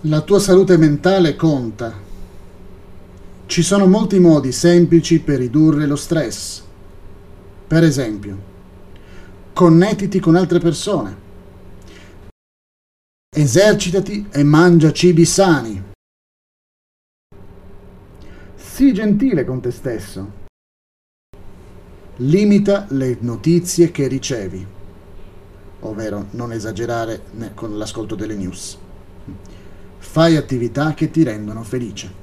La tua salute mentale conta. Ci sono molti modi semplici per ridurre lo stress. Per esempio, connettiti con altre persone. Esercitati e mangia cibi sani. Sii gentile con te stesso. Limita le notizie che ricevi, ovvero non esagerare con l'ascolto delle news. Fai attività che ti rendono felice.